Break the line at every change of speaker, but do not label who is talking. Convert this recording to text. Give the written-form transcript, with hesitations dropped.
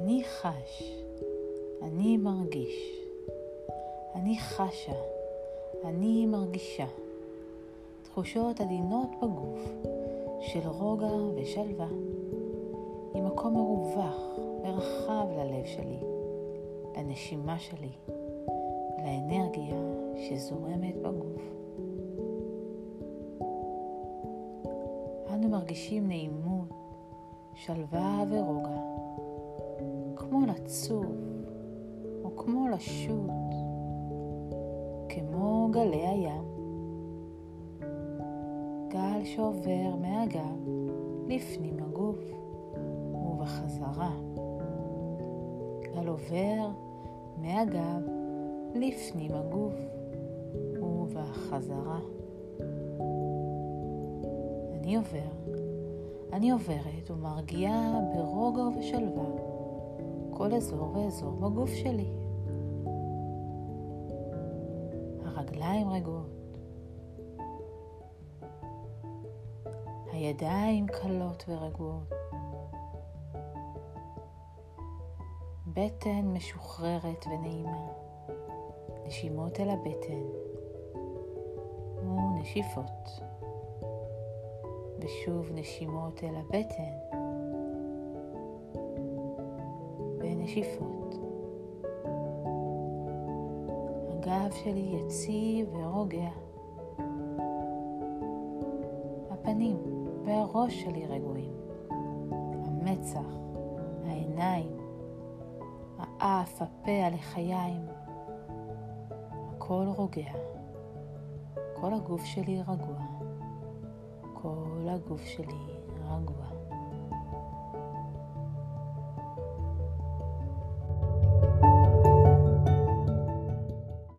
אני חש, אני מרגיש, אני חשה, אני מרגישה. תחושות עדינות בגוף של רוגע ושלווה, עם מקום מרווח ורחב ללב שלי, לנשימה שלי, לאנרגיה שזורמת בגוף. אנו מרגישים נעימות, שלווה ורוגע, כמו לצוף או כמו לשוט, כמו גלי הים. גל שעובר מהגב לפנים הגוף ובחזרה. גל עובר מהגב לפנים הגוף ובחזרה. אני עוברת ומרגיעה ברוגע ובשלווה כל אזור ואזור בגוף שלי. הרגליים רגועות, הידיים קלות ורגועות, בטן משוחררת ונעימה, נשימות אל הבטן ונשיפות, ושוב נשימות אל הבטן ונשיפות. הגב שלי יציב ורוגע, הפנים והראש שלי רגועים, המצח, העיניים, האף, הפה, הלחיים, הכל רוגע. כל הגוף שלי רגוע, כל הגוף שלי רגוע.